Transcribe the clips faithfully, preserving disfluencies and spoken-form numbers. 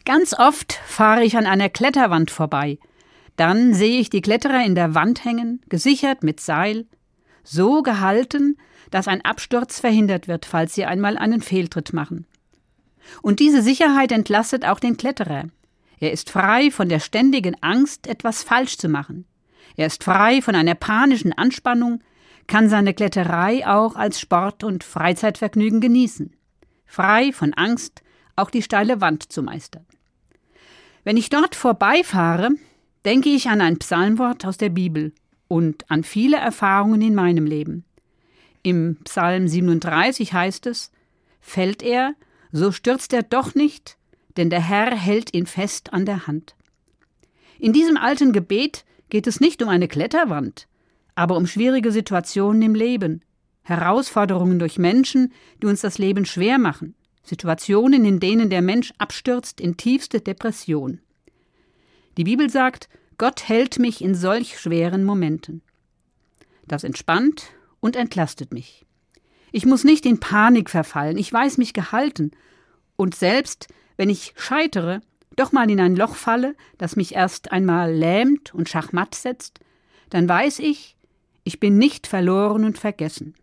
Ganz oft fahre ich an einer Kletterwand vorbei. Dann sehe ich die Kletterer in der Wand hängen, gesichert mit Seil, so gehalten, dass ein Absturz verhindert wird, falls sie einmal einen Fehltritt machen. Und diese Sicherheit entlastet auch den Kletterer. Er ist frei von der ständigen Angst, etwas falsch zu machen. Er ist frei von einer panischen Anspannung, kann seine Kletterei auch als Sport- und Freizeitvergnügen genießen. Frei von Angst, auch die steile Wand zu meistern. Wenn ich dort vorbeifahre, denke ich an ein Psalmwort aus der Bibel und an viele Erfahrungen in meinem Leben. Im Psalm siebenunddreißig heißt es: Fällt er, so stürzt er doch nicht, denn der Herr hält ihn fest an der Hand. In diesem alten Gebet geht es nicht um eine Kletterwand, aber um schwierige Situationen im Leben, Herausforderungen durch Menschen, die uns das Leben schwer machen, Situationen, in denen der Mensch abstürzt in tiefste Depression. Die Bibel sagt, Gott hält mich in solch schweren Momenten. Das entspannt und entlastet mich. Ich muss nicht in Panik verfallen, ich weiß mich gehalten. Und selbst, wenn ich scheitere, doch mal in ein Loch falle, das mich erst einmal lähmt und schachmatt setzt, dann weiß ich, ich bin nicht verloren und vergessen.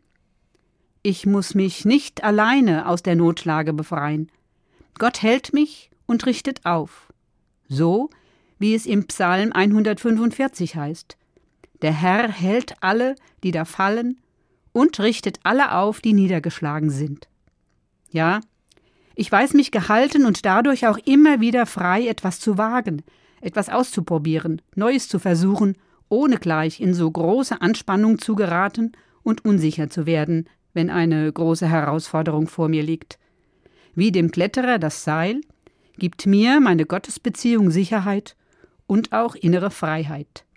Ich muss mich nicht alleine aus der Notlage befreien. Gott hält mich und richtet auf. So, wie es im Psalm hundertfünfundvierzig heißt: Der Herr hält alle, die da fallen, und richtet alle auf, die niedergeschlagen sind. Ja, ich weiß mich gehalten und dadurch auch immer wieder frei, etwas zu wagen, etwas auszuprobieren, Neues zu versuchen, ohne gleich in so große Anspannung zu geraten und unsicher zu werden, wenn eine große Herausforderung vor mir liegt. Wie dem Kletterer das Seil, gibt mir meine Gottesbeziehung Sicherheit und auch innere Freiheit.